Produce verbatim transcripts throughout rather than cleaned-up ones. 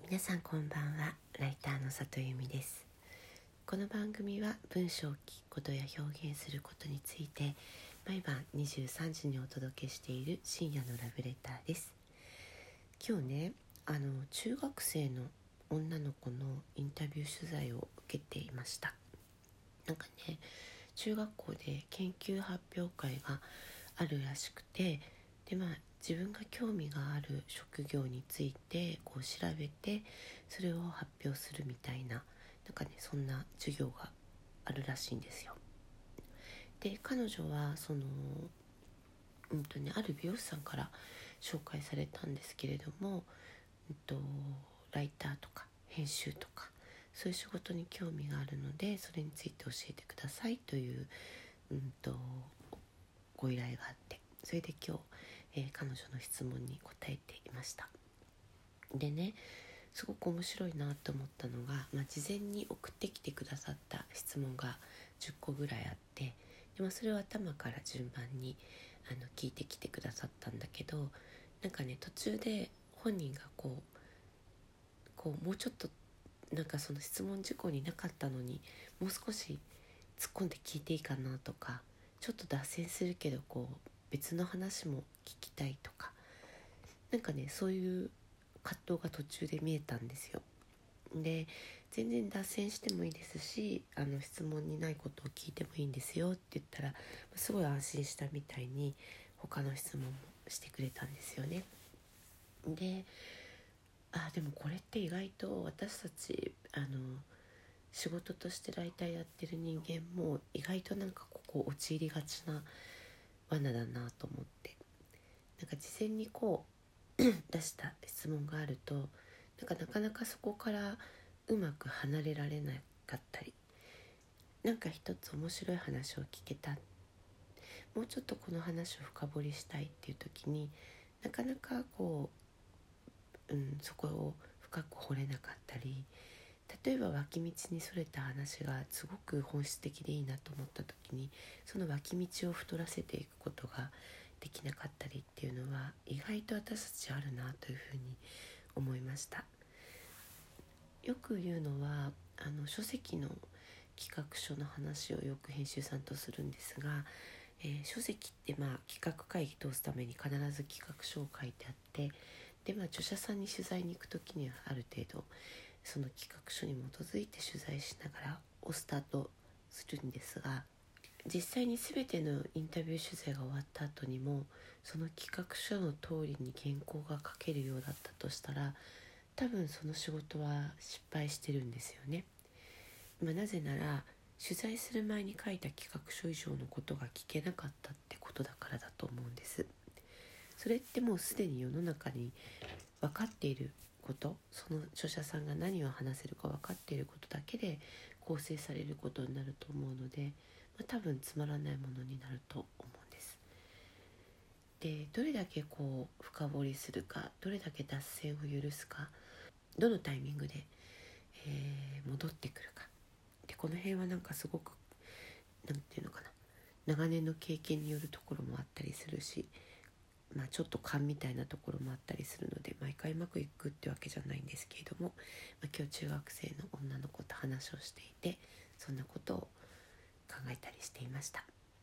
皆さんこんばんは。ライターの里由美です。この番組は文章を聞くことや表現することについて毎晩にじゅうさんじにお届けしている深夜のラブレターです。今日ねあの中学生の女の子のインタビュー取材を受けていました。なんかね中学校で研究発表会があるらしくて、でまあ自分が興味がある職業についてこう調べてそれを発表するみたいな、なんかねそんな授業があるらしいんですよ。で彼女はそのうんとねある美容師さんから紹介されたんですけれども、うんとライターとか編集とかそういう仕事に興味があるので、それについて教えてくださいという、うんとご依頼があって、それで今日、えー、彼女の質問に答えていました。でねすごく面白いなと思ったのが、まあ、事前に送ってきてくださった質問がじゅっこぐらいあって、で、まあ、それを頭から順番にあの聞いてきてくださったんだけど、なんかね途中で本人がこうこうもうちょっとなんかその質問事項になかったのにもう少し突っ込んで聞いていいかなとか、ちょっと脱線するけどこう別の話も聞きたいとか、なんかねそういう葛藤が途中で見えたんですよ。で全然脱線してもいいですし、あの質問にないことを聞いてもいいんですよって言ったらすごい安心したみたいに他の質問もしてくれたんですよね。であでもこれって意外と私たちあの仕事としてライターやってる人間も意外となんかここ陥りがちな罠だなと思って、なんか事前にこう出した質問があるとなんかなかなかそこからうまく離れられなかったり、なんか一つ面白い話を聞けた、もうちょっとこの話を深掘りしたいっていう時になかなかこう、うん、そこを深く掘れなかったり、例えば脇道にそれた話がすごく本質的でいいなと思った時にその脇道を太らせていくことができなかったりっていうのは意外と私たちあるなというふうに思いました。よく言うのはあの書籍の企画書の話をよく編集さんとするんですが、えー、書籍ってまあ企画会議通すために必ず企画書を書いてあって、でまあ著者さんに取材に行くときにはある程度その企画書に基づいて取材しながらをスタートするんですが、実際に全てのインタビュー取材が終わった後にもその企画書の通りに原稿が書けるようだったとしたら多分その仕事は失敗してるんですよね。まあ、なぜなら取材する前に書いた企画書以上のことが聞けなかったってことだからだと思うんです。それってもうすでに世の中に分かっていること、その著者さんが何を話せるか分かっていることだけで構成されることになると思うので、まあ、多分つまらないものになると思うんです。でどれだけこう深掘りするか、どれだけ脱線を許すか、どのタイミングで、えー、戻ってくるかで、この辺はなんかすごくなんていうのかな、長年の経験によるところもあったりするし、まあ、ちょっと勘みたいなところもあったりするので毎回うまくいくってわけじゃないんですけれども、まあ、今日中学生の女の子と話をしていてそんなことを考えたりしていました。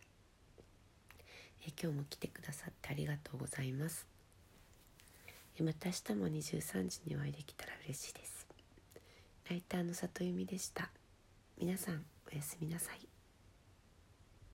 え今日も来てくださってありがとうございます。えまた明日もにじゅうさんじにお会いできたら嬉しいです。ライターの里由美でした。皆さんおやすみなさい。